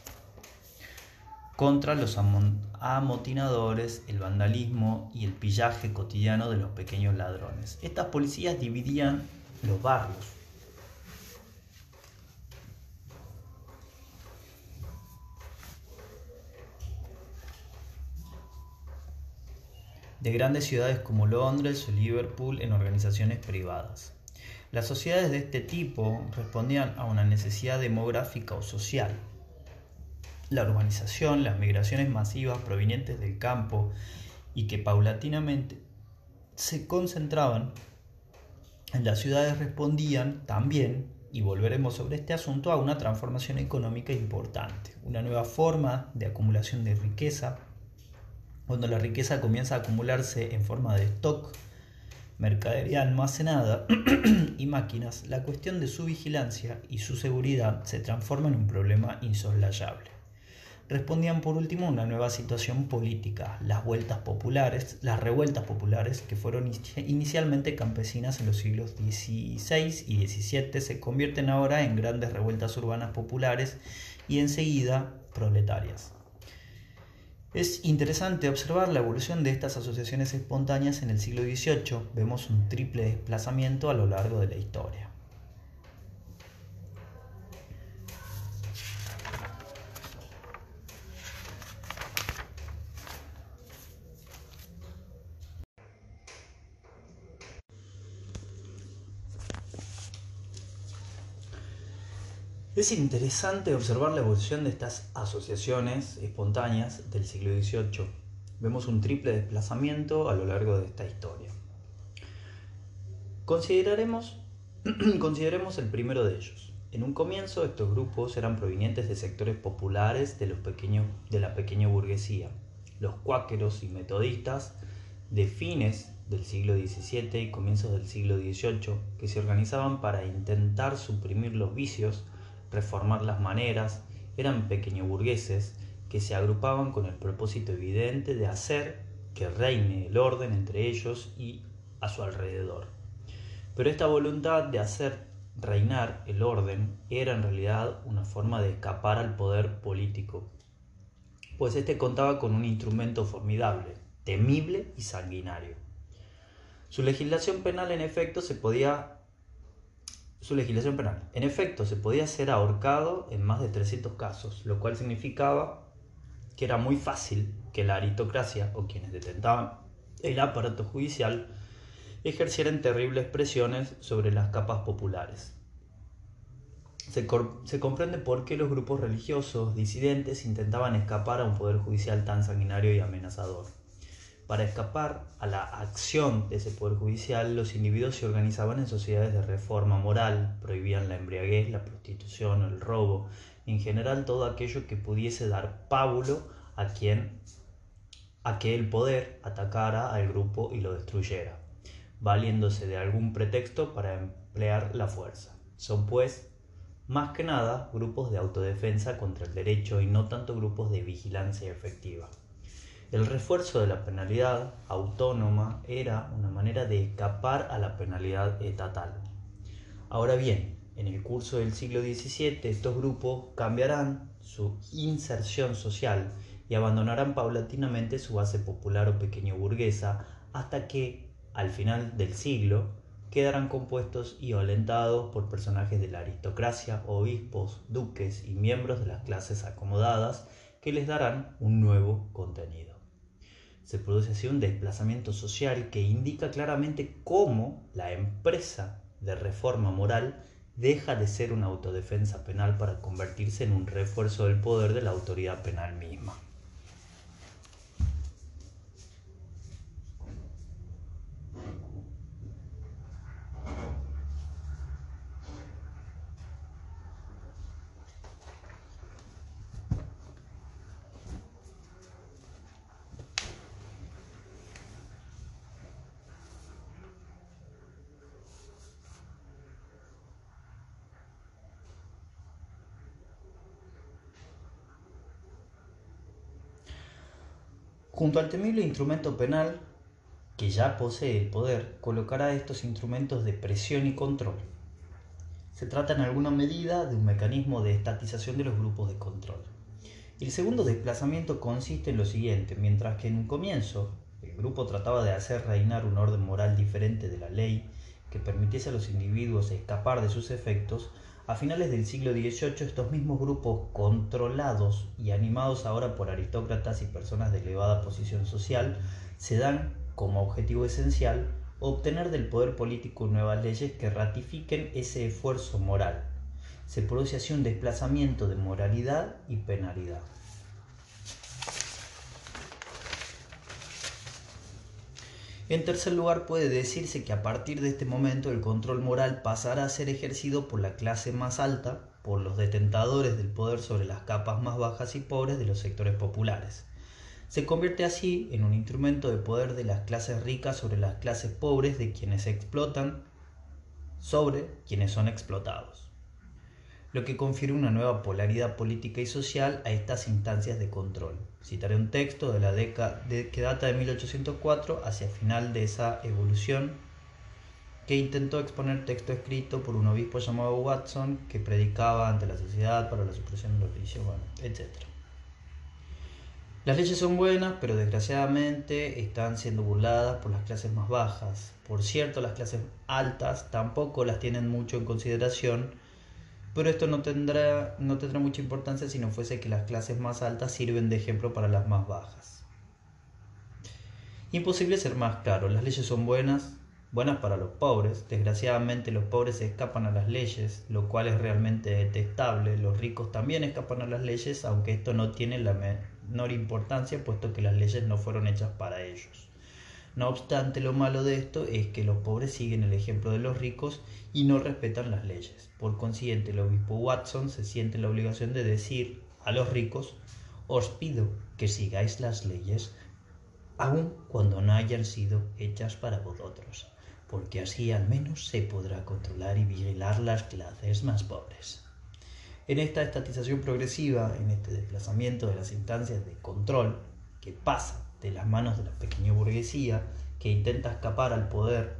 contra los amotinadores, el vandalismo y el pillaje cotidiano de los pequeños ladrones. Estas policías dividían los barrios. De grandes ciudades como Londres o Liverpool en organizaciones privadas. Las sociedades de este tipo respondían a una necesidad demográfica o social. La urbanización, las migraciones masivas provenientes del campo y que paulatinamente se concentraban en las ciudades respondían también, y volveremos sobre este asunto, a una transformación económica importante, una nueva forma de acumulación de riqueza. Cuando la riqueza comienza a acumularse en forma de stock, mercadería almacenada y máquinas, la cuestión de su vigilancia y su seguridad se transforma en un problema insoslayable. Respondían por último a una nueva situación política, las vueltas populares, las revueltas populares que fueron inicialmente campesinas en los siglos dieciséis y diecisiete, se convierten ahora en grandes revueltas urbanas populares y enseguida proletarias. Es interesante observar la evolución de estas asociaciones espontáneas en el siglo dieciocho. Vemos un triple desplazamiento a lo largo de la historia. Es interesante observar la evolución de estas asociaciones espontáneas del siglo dieciocho. Vemos un triple desplazamiento a lo largo de esta historia. Consideraremos, consideremos el primero de ellos. En un comienzo, estos grupos eran provenientes de sectores populares de, los pequeños, de la pequeña burguesía. Los cuáqueros y metodistas de fines del siglo diecisiete y comienzos del siglo dieciocho, que se organizaban para intentar suprimir los vicios, reformar las maneras, eran pequeñoburgueses que se agrupaban con el propósito evidente de hacer que reine el orden entre ellos y a su alrededor. Pero esta voluntad de hacer reinar el orden era en realidad una forma de escapar al poder político, pues este contaba con un instrumento formidable, temible y sanguinario. Su legislación penal en efecto se podía Su legislación penal. En efecto, se podía ser ahorcado en más de trescientos casos, lo cual significaba que era muy fácil que la aristocracia o quienes detentaban el aparato judicial ejercieran terribles presiones sobre las capas populares. Se, se comprende por qué los grupos religiosos disidentes intentaban escapar a un poder judicial tan sanguinario y amenazador. Para escapar a la acción de ese poder judicial, los individuos se organizaban en sociedades de reforma moral, prohibían la embriaguez, la prostitución, el robo, en general todo aquello que pudiese dar pábulo a quien a que el poder atacara al grupo y lo destruyera, valiéndose de algún pretexto para emplear la fuerza. Son pues, más que nada, grupos de autodefensa contra el derecho y no tanto grupos de vigilancia efectiva. El refuerzo de la penalidad autónoma era una manera de escapar a la penalidad estatal. Ahora bien, en el curso del siglo diecisiete estos grupos cambiarán su inserción social y abandonarán paulatinamente su base popular o pequeño burguesa hasta que, al final del siglo, quedarán compuestos y alentados por personajes de la aristocracia, obispos, duques y miembros de las clases acomodadas que les darán un nuevo contenido. Se produce así un desplazamiento social que indica claramente cómo la empresa de reforma moral deja de ser una autodefensa penal para convertirse en un refuerzo del poder de la autoridad penal misma. Junto al temible instrumento penal, que ya posee el poder, colocará estos instrumentos de presión y control. Se trata en alguna medida de un mecanismo de estatización de los grupos de control. El segundo desplazamiento consiste en lo siguiente: mientras que en un comienzo el grupo trataba de hacer reinar un orden moral diferente de la ley que permitiese a los individuos escapar de sus efectos, a finales del siglo dieciocho estos mismos grupos, controlados y animados ahora por aristócratas y personas de elevada posición social, se dan como objetivo esencial obtener del poder político nuevas leyes que ratifiquen ese esfuerzo moral. Se produce así un desplazamiento de moralidad y penalidad. En tercer lugar, puede decirse que a partir de este momento el control moral pasará a ser ejercido por la clase más alta, por los detentadores del poder sobre las capas más bajas y pobres de los sectores populares. Se convierte así en un instrumento de poder de las clases ricas sobre las clases pobres, de quienes explotan sobre quienes son explotados, lo que confiere una nueva polaridad política y social a estas instancias de control. Citaré un texto de la década de, que data de mil ochocientos cuatro, hacia final de esa evolución, que intentó exponer texto escrito por un obispo llamado Watson, que predicaba ante la sociedad para la supresión de los vicios, bueno, etcétera. Las leyes son buenas, pero desgraciadamente están siendo burladas por las clases más bajas. Por cierto, las clases altas tampoco las tienen mucho en consideración, pero esto no tendrá, no tendrá mucha importancia si no fuese que las clases más altas sirven de ejemplo para las más bajas. Imposible ser más claro: las leyes son buenas, buenas para los pobres. Desgraciadamente los pobres escapan a las leyes, lo cual es realmente detestable. Los ricos también escapan a las leyes, aunque esto no tiene la menor importancia, puesto que las leyes no fueron hechas para ellos. No obstante, lo malo de esto es que los pobres siguen el ejemplo de los ricos y no respetan las leyes. Por consiguiente, el obispo Watson se siente en la obligación de decir a los ricos: os pido que sigáis las leyes, aun cuando no hayan sido hechas para vosotros, porque así al menos se podrá controlar y vigilar las clases más pobres. En esta estatización progresiva, en este desplazamiento de las instancias de control que pasa de las manos de la pequeña burguesía, que intenta escapar al poder,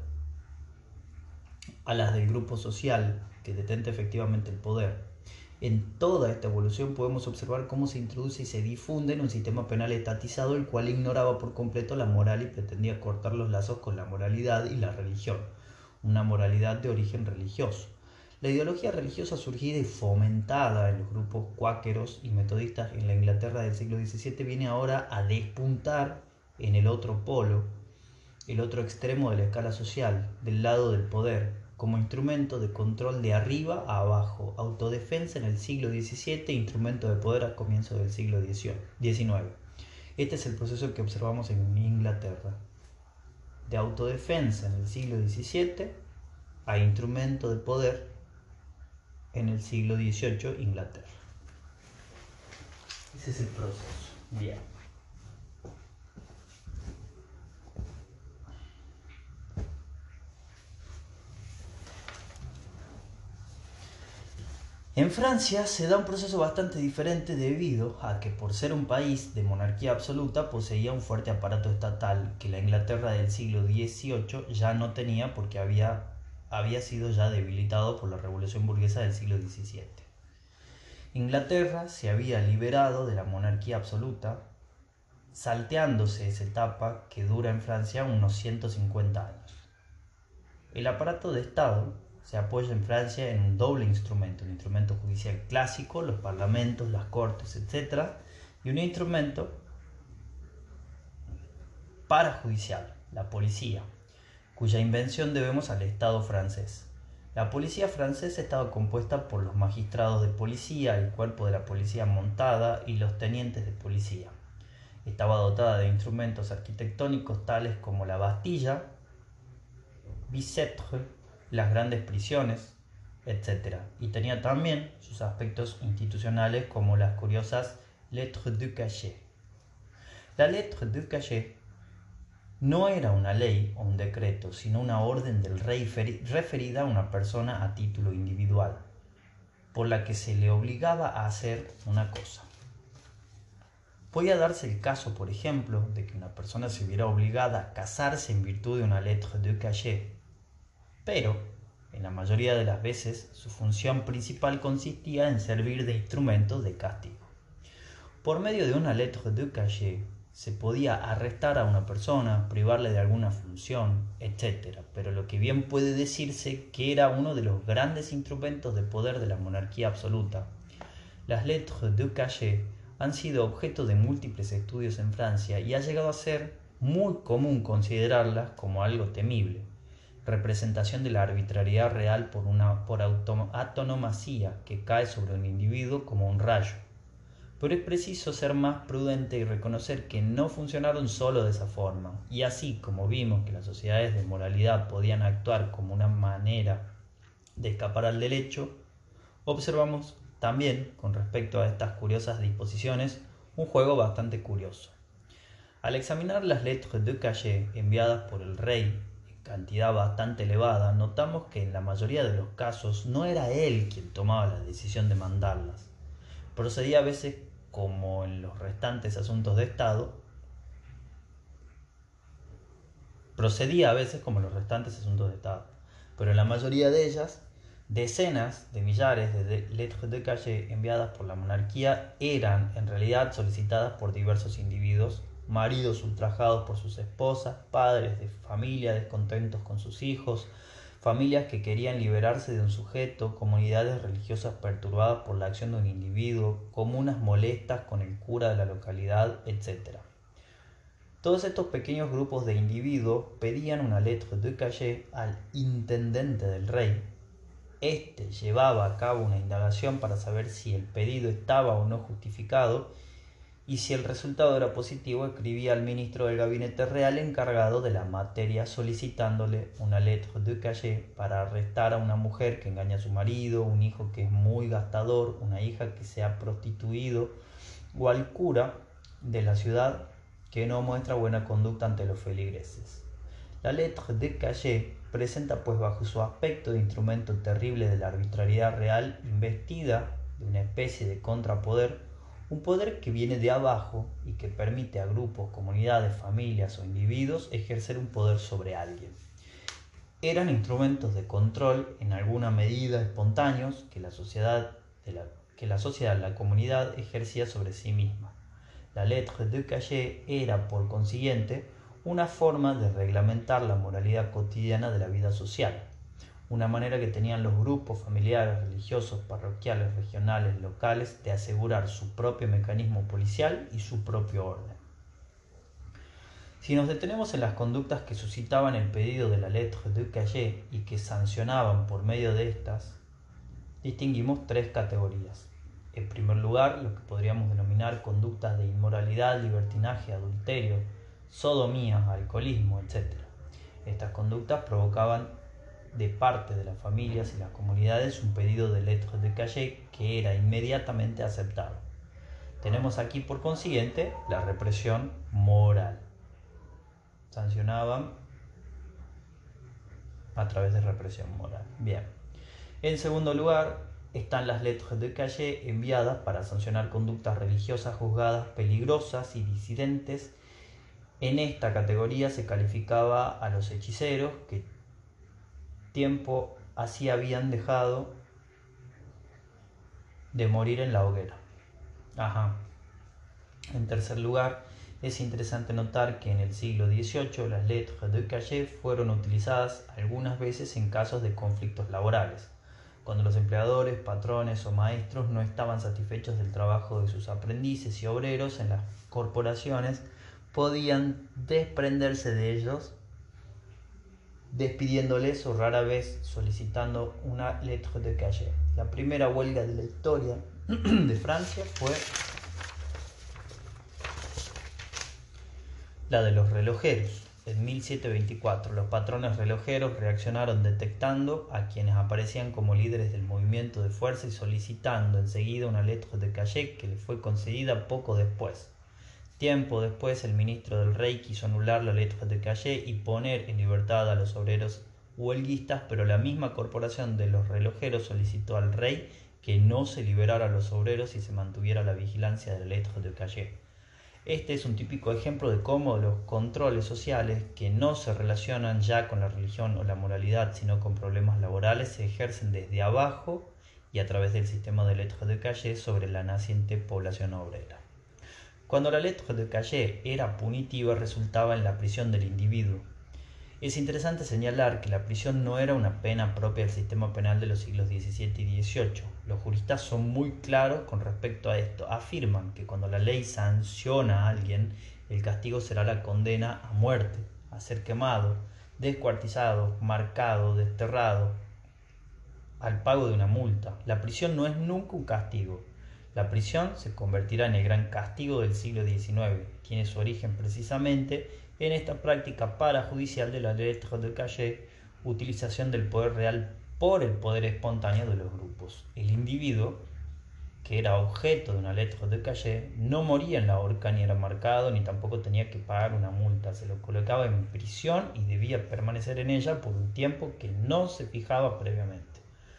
a las del grupo social que detenta efectivamente el poder, en toda esta evolución podemos observar cómo se introduce y se difunde en un sistema penal estatizado, el cual ignoraba por completo la moral y pretendía cortar los lazos con la moralidad y la religión, una moralidad de origen religioso. La ideología religiosa surgida y fomentada en los grupos cuáqueros y metodistas en la Inglaterra del siglo diecisiete viene ahora a despuntar en el otro polo, el otro extremo de la escala social, del lado del poder, como instrumento de control de arriba a abajo, autodefensa en el siglo diecisiete, instrumento de poder a comienzos del siglo diecinueve. Este es el proceso que observamos en Inglaterra, de autodefensa en el siglo diecisiete a instrumento de poder en el siglo dieciocho, Inglaterra. Ese es el proceso. Bien. En Francia se da un proceso bastante diferente debido a que por ser un país de monarquía absoluta poseía un fuerte aparato estatal que la Inglaterra del siglo dieciocho ya no tenía porque había, había sido ya debilitado por la Revolución Burguesa del siglo diecisiete. Inglaterra se había liberado de la monarquía absoluta, salteándose esa etapa que dura en Francia unos ciento cincuenta años. El aparato de Estado se apoya en Francia en un doble instrumento, un instrumento judicial clásico, los parlamentos, las cortes, etcétera, y un instrumento parajudicial, la policía, cuya invención debemos al Estado francés. La policía francesa estaba compuesta por los magistrados de policía, el cuerpo de la policía montada y los tenientes de policía. Estaba dotada de instrumentos arquitectónicos tales como la Bastilla, Bicêtre, las grandes prisiones, etcétera. Y tenía también sus aspectos institucionales como las curiosas lettres du cachet. La lettre du cachet no era una ley o un decreto, sino una orden del rey referida a una persona a título individual, por la que se le obligaba a hacer una cosa. Podía darse el caso, por ejemplo, de que una persona se viera obligada a casarse en virtud de una lettre du cachet, pero en la mayoría de las veces su función principal consistía en servir de instrumento de castigo. Por medio de una lettre du cachet se podía arrestar a una persona, privarle de alguna función, etcétera, pero lo que bien puede decirse que era uno de los grandes instrumentos de poder de la monarquía absoluta. Las lettres du cachet han sido objeto de múltiples estudios en Francia y ha llegado a ser muy común considerarlas como algo temible, representación de la arbitrariedad real por una por autonomacía que cae sobre un individuo como un rayo. Pero es preciso ser más prudente y reconocer que no funcionaron solo de esa forma, y así como vimos que las sociedades de moralidad podían actuar como una manera de escapar al derecho, observamos también, con respecto a estas curiosas disposiciones, un juego bastante curioso. Al examinar las lettres du cachet enviadas por el rey, cantidad bastante elevada, notamos que en la mayoría de los casos no era él quien tomaba la decisión de mandarlas. Procedía a veces, como en los restantes asuntos de Estado, procedía a veces como en los restantes asuntos de Estado, pero en la mayoría de ellas, decenas de millares de lettres de cachet enviadas por la monarquía eran en realidad solicitadas por diversos individuos, maridos ultrajados por sus esposas, padres de familia descontentos con sus hijos, familias que querían liberarse de un sujeto, comunidades religiosas perturbadas por la acción de un individuo, comunas molestas con el cura de la localidad, etcétera. Todos estos pequeños grupos de individuos pedían una lettre de cachet al intendente del rey. Este llevaba a cabo una indagación para saber si el pedido estaba o no justificado, y si el resultado era positivo, escribía al ministro del gabinete real encargado de la materia solicitándole una lettre de cachet para arrestar a una mujer que engaña a su marido, un hijo que es muy gastador, una hija que se ha prostituido, o al cura de la ciudad que no muestra buena conducta ante los feligreses. La lettre de cachet presenta pues bajo su aspecto de instrumento terrible de la arbitrariedad real, investida de una especie de contrapoder, un poder que viene de abajo y que permite a grupos, comunidades, familias o individuos ejercer un poder sobre alguien. Eran instrumentos de control en alguna medida espontáneos que la sociedad, de la, que la sociedad, la comunidad ejercía sobre sí misma. La lettre de cachet era, por consiguiente, una forma de reglamentar la moralidad cotidiana de la vida social, una manera que tenían los grupos familiares, religiosos, parroquiales, regionales, locales, de asegurar su propio mecanismo policial y su propio orden. Si nos detenemos en las conductas que suscitaban el pedido de la lettre de cachet y que sancionaban por medio de estas, distinguimos tres categorías. En primer lugar, lo que podríamos denominar conductas de inmoralidad, libertinaje, adulterio, sodomía, alcoholismo, etcétera. Estas conductas provocaban de parte de las familias y las comunidades un pedido de lettre de cachet que era inmediatamente aceptado. Tenemos aquí por consiguiente la represión moral. Sancionaban a través de represión moral. Bien. En segundo lugar, están las lettres de calle enviadas para sancionar conductas religiosas juzgadas peligrosas y disidentes. En esta categoría se calificaba a los hechiceros que tiempo así habían dejado de morir en la hoguera. Ajá. En tercer lugar, es interesante notar que en el siglo dieciocho las lettres de calle fueron utilizadas algunas veces en casos de conflictos laborales, cuando los empleadores, patrones o maestros no estaban satisfechos del trabajo de sus aprendices y obreros en las corporaciones, podían desprenderse de ellos despidiéndoles o rara vez solicitando una lettre de calle. La primera huelga de la historia de Francia fue la de los relojeros. En mil setecientos veinticuatro, los patrones relojeros reaccionaron detectando a quienes aparecían como líderes del movimiento de fuerza y solicitando enseguida una lettre de calle que le fue concedida poco después. Tiempo después, el ministro del rey quiso anular la lettre de calle y poner en libertad a los obreros huelguistas, pero la misma corporación de los relojeros solicitó al rey que no se liberara a los obreros y se mantuviera la vigilancia de la lettre de calle. Este es un típico ejemplo de cómo los controles sociales, que no se relacionan ya con la religión o la moralidad, sino con problemas laborales, se ejercen desde abajo y a través del sistema de lettres de calle sobre la naciente población obrera. Cuando la lettre de calle era punitiva, resultaba en la prisión del individuo. Es interesante señalar que la prisión no era una pena propia del sistema penal de los siglos diecisiete y dieciocho. Los juristas son muy claros con respecto a esto. Afirman que cuando la ley sanciona a alguien, el castigo será la condena a muerte, a ser quemado, descuartizado, marcado, desterrado, al pago de una multa. La prisión no es nunca un castigo. La prisión se convertirá en el gran castigo del siglo diecinueve. Tiene su origen precisamente en esta práctica parajudicial de la lettre de calle, utilización del poder real por el poder espontáneo de los grupos. El individuo, que era objeto de una lettre de calle, no moría en la horca, ni era marcado, ni tampoco tenía que pagar una multa. Se lo colocaba en prisión y debía permanecer en ella por un tiempo que no se fijaba previamente.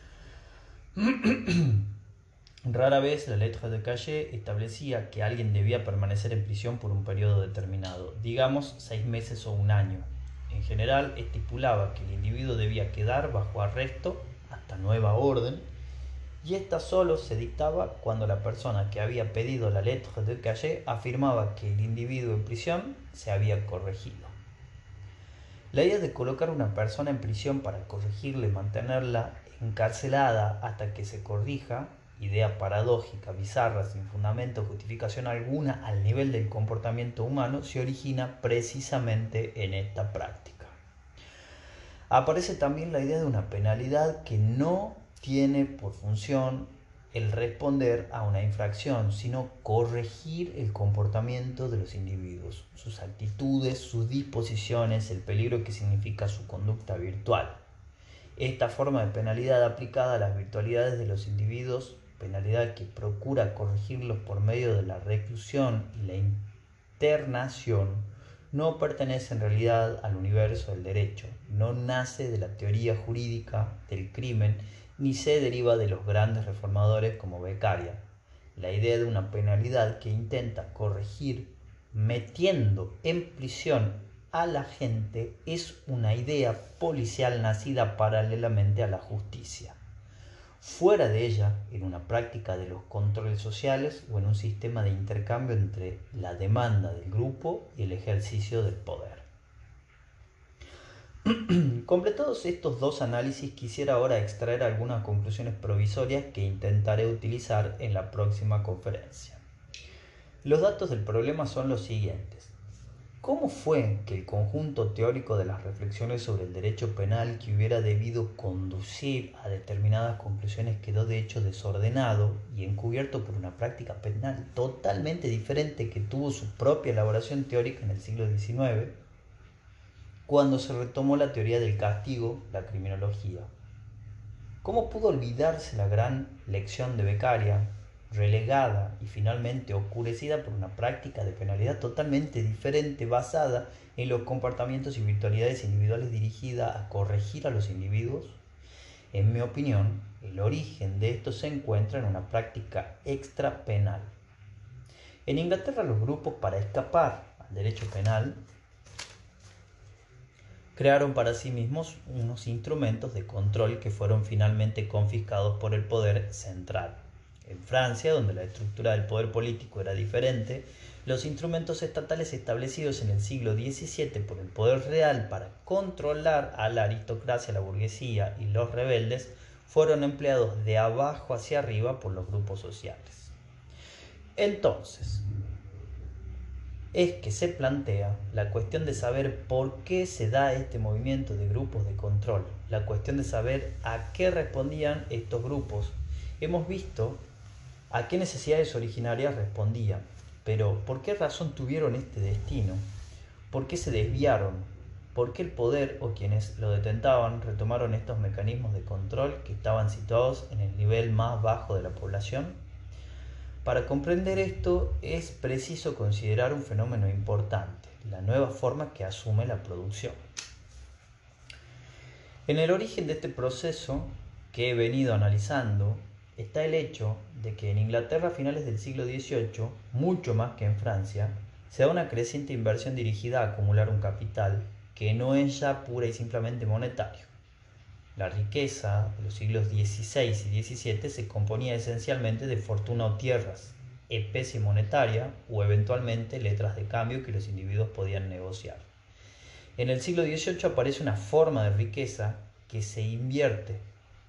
Rara vez la lettre de calle establecía que alguien debía permanecer en prisión por un periodo determinado, digamos seis meses o un año. En general, estipulaba que el individuo debía quedar bajo arresto hasta nueva orden, y esta solo se dictaba cuando la persona que había pedido la lettre de calle afirmaba que el individuo en prisión se había corregido. La idea de colocar a una persona en prisión para corregirla y mantenerla encarcelada hasta que se corrija, idea paradójica, bizarra, sin fundamento o justificación alguna al nivel del comportamiento humano, se origina precisamente en esta práctica. Aparece también la idea de una penalidad que no tiene por función el responder a una infracción, sino corregir el comportamiento de los individuos, sus actitudes, sus disposiciones, el peligro que significa su conducta virtual. Esta forma de penalidad aplicada a las virtualidades de los individuos, penalidad que procura corregirlos por medio de la reclusión y la internación, no pertenece en realidad al universo del derecho, no nace de la teoría jurídica del crimen, ni se deriva de los grandes reformadores como Beccaria. La idea de una penalidad que intenta corregir metiendo en prisión a la gente es una idea policial nacida paralelamente a la justicia. Fuera de ella, en una práctica de los controles sociales o en un sistema de intercambio entre la demanda del grupo y el ejercicio del poder. Completados estos dos análisis, quisiera ahora extraer algunas conclusiones provisorias que intentaré utilizar en la próxima conferencia. Los datos del problema son los siguientes. ¿Cómo fue que el conjunto teórico de las reflexiones sobre el derecho penal que hubiera debido conducir a determinadas conclusiones quedó de hecho desordenado y encubierto por una práctica penal totalmente diferente que tuvo su propia elaboración teórica en el siglo diecinueve, cuando se retomó la teoría del castigo, la criminología? ¿Cómo pudo olvidarse la gran lección de Beccaria, relegada y finalmente oscurecida por una práctica de penalidad totalmente diferente basada en los comportamientos y virtualidades individuales dirigida a corregir a los individuos? En mi opinión, el origen de esto se encuentra en una práctica extrapenal. En Inglaterra, los grupos, para escapar al derecho penal, crearon para sí mismos unos instrumentos de control que fueron finalmente confiscados por el poder central. En Francia, donde la estructura del poder político era diferente, los instrumentos estatales establecidos en el siglo diecisiete por el poder real para controlar a la aristocracia, la burguesía y los rebeldes fueron empleados de abajo hacia arriba por los grupos sociales. Entonces, es que se plantea la cuestión de saber por qué se da este movimiento de grupos de control, la cuestión de saber a qué respondían estos grupos. Hemos visto a qué necesidades originarias respondían, pero ¿por qué razón tuvieron este destino? ¿Por qué se desviaron? ¿Por qué el poder o quienes lo detentaban retomaron estos mecanismos de control que estaban situados en el nivel más bajo de la población? Para comprender esto es preciso considerar un fenómeno importante, la nueva forma que asume la producción. En el origen de este proceso que he venido analizando está el hecho de que en Inglaterra a finales del siglo dieciocho, mucho más que en Francia, se da una creciente inversión dirigida a acumular un capital que no es ya pura y simplemente monetario. La riqueza de los siglos dieciséis y diecisiete se componía esencialmente de fortuna o tierras, especie monetaria o eventualmente letras de cambio que los individuos podían negociar. En el siglo dieciocho aparece una forma de riqueza que se invierte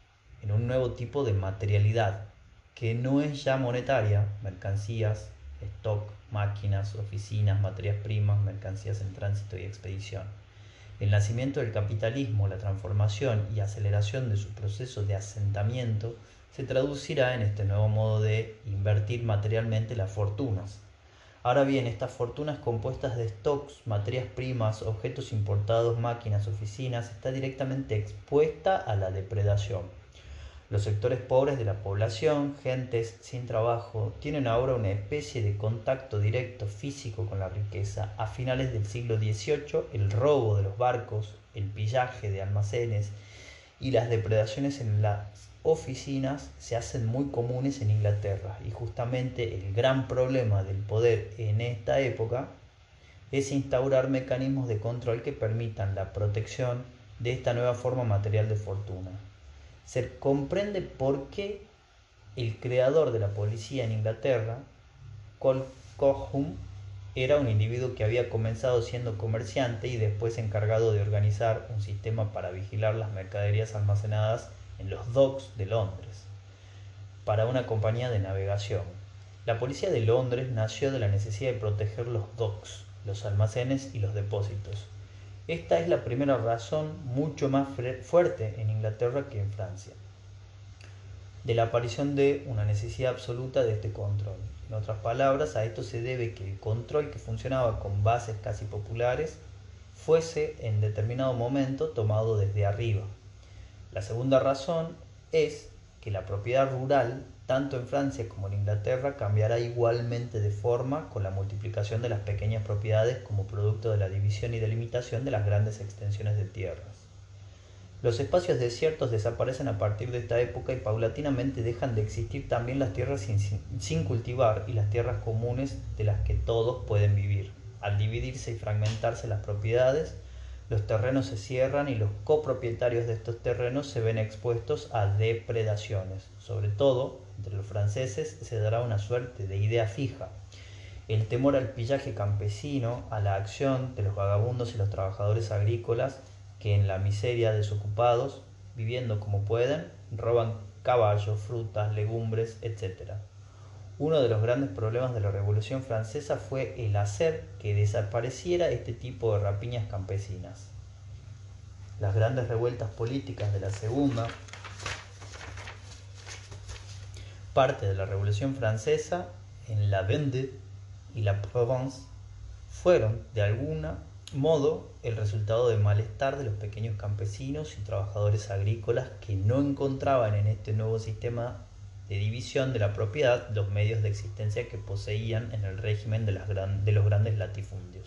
en un nuevo tipo de materialidad que no es ya monetaria, mercancías, stock, máquinas, oficinas, materias primas, mercancías en tránsito y expedición. El nacimiento del capitalismo, la transformación y aceleración de su proceso de asentamiento se traducirá en este nuevo modo de invertir materialmente las fortunas. Ahora bien, estas fortunas compuestas de stocks, materias primas, objetos importados, máquinas, oficinas, está directamente expuesta a la depredación. Los sectores pobres de la población, gentes sin trabajo, tienen ahora una especie de contacto directo físico con la riqueza. A finales del siglo dieciocho, el robo de los barcos, el pillaje de almacenes y las depredaciones en las oficinas se hacen muy comunes en Inglaterra, y justamente el gran problema del poder en esta época es instaurar mecanismos de control que permitan la protección de esta nueva forma material de fortuna. Se comprende por qué el creador de la policía en Inglaterra, Cole Cochum, era un individuo que había comenzado siendo comerciante y después encargado de organizar un sistema para vigilar las mercaderías almacenadas en los docks de Londres para una compañía de navegación. La policía de Londres nació de la necesidad de proteger los docks, los almacenes y los depósitos. Esta es la primera razón, mucho más fuerte en Inglaterra que en Francia, de la aparición de una necesidad absoluta de este control. En otras palabras, a esto se debe que el control, que funcionaba con bases casi populares, fuese en determinado momento tomado desde arriba. La segunda razón es que la propiedad rural, tanto en Francia como en Inglaterra, cambiará igualmente de forma con la multiplicación de las pequeñas propiedades como producto de la división y delimitación de las grandes extensiones de tierras. Los espacios desiertos desaparecen a partir de esta época y paulatinamente dejan de existir también las tierras sin, sin cultivar y las tierras comunes de las que todos pueden vivir. Al dividirse y fragmentarse las propiedades, los terrenos se cierran y los copropietarios de estos terrenos se ven expuestos a depredaciones. Sobre todo, entre los franceses se dará una suerte de idea fija: el temor al pillaje campesino, a la acción de los vagabundos y los trabajadores agrícolas que en la miseria desocupados, viviendo como pueden, roban caballos, frutas, legumbres, etcétera. Uno de los grandes problemas de la Revolución Francesa fue el hacer que desapareciera este tipo de rapiñas campesinas. Las grandes revueltas políticas de la segunda parte de la Revolución Francesa en la Vendée y la Provence fueron, de algún modo, el resultado del malestar de los pequeños campesinos y trabajadores agrícolas que no encontraban en este nuevo sistema de división de la propiedad los medios de existencia que poseían en el régimen de, las gran, de los grandes latifundios.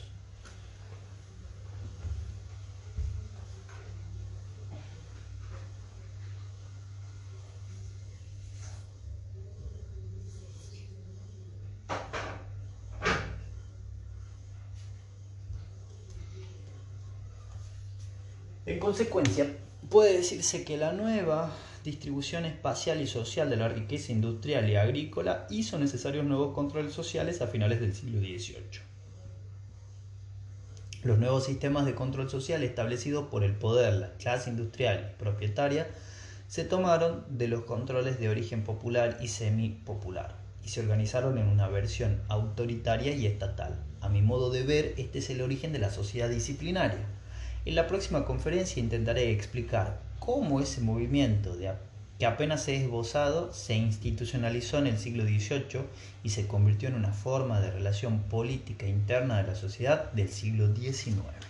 En consecuencia, puede decirse que la nueva distribución espacial y social de la riqueza industrial y agrícola hizo necesarios nuevos controles sociales a finales del siglo dieciocho. Los nuevos sistemas de control social establecidos por el poder, la clase industrial y propietaria, se tomaron de los controles de origen popular y semipopular y se organizaron en una versión autoritaria y estatal. A mi modo de ver, este es el origen de la sociedad disciplinaria. En la próxima conferencia intentaré explicar cómo ese movimiento de que apenas se ha esbozado se institucionalizó en el siglo dieciocho y se convirtió en una forma de relación política interna de la sociedad del siglo diecinueve.